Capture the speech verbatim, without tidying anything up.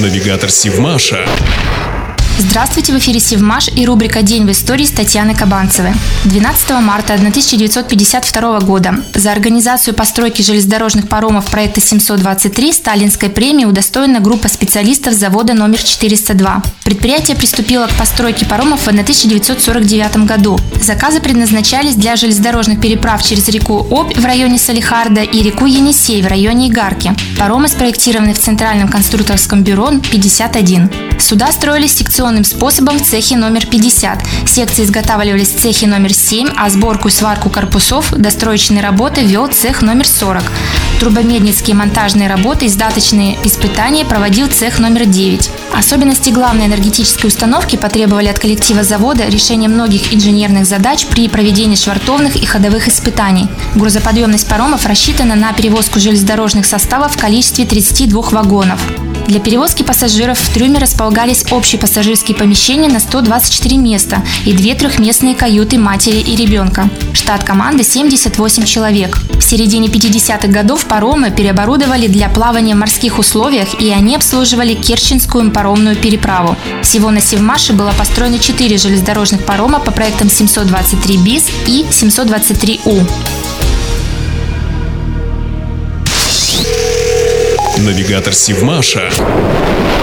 Навигатор Севмаша. Здравствуйте, в эфире Севмаш и рубрика «День в истории» с Татьяной Кабанцевой. двенадцатого марта тысяча девятьсот пятьдесят второго года за организацию постройки железнодорожных паромов проекта семьсот двадцать три Сталинской премии удостоена группа специалистов завода номер четыреста два. Предприятие приступило к постройке паромов в тысяча девятьсот сорок девятом году. Заказы предназначались для железнодорожных переправ через реку Обь в районе Салихарда и реку Енисей в районе Игарки. Паромы спроектированы в Центральном конструкторском бюро пятьдесят один. Суда строились секционным способом в цехе номер пятьдесят. Секции изготавливались в цехе номер семь, а сборку и сварку корпусов достроечные работы вел цех номер сорок. Трубомедницкие монтажные работы и издаточные испытания проводил цех номер девять. Особенности главной энергетической установки потребовали от коллектива завода решения многих инженерных задач при проведении швартовных и ходовых испытаний. Грузоподъемность паромов рассчитана на перевозку железнодорожных составов в количестве тридцати двух вагонов. Для перевозки пассажиров в трюме располагались общие пассажирские помещения на сто двадцать четыре места и две трехместные каюты матери и ребенка. Штат команды семьдесят восемь человек. В середине пятидесятых годов паромы переоборудовали для плавания в морских условиях, и они обслуживали Керченскую паромную переправу. Всего на Севмаше было построено четыре железнодорожных парома по проектам семьсот двадцать три БИС и семьсот двадцать три У. Навигатор Севмаша.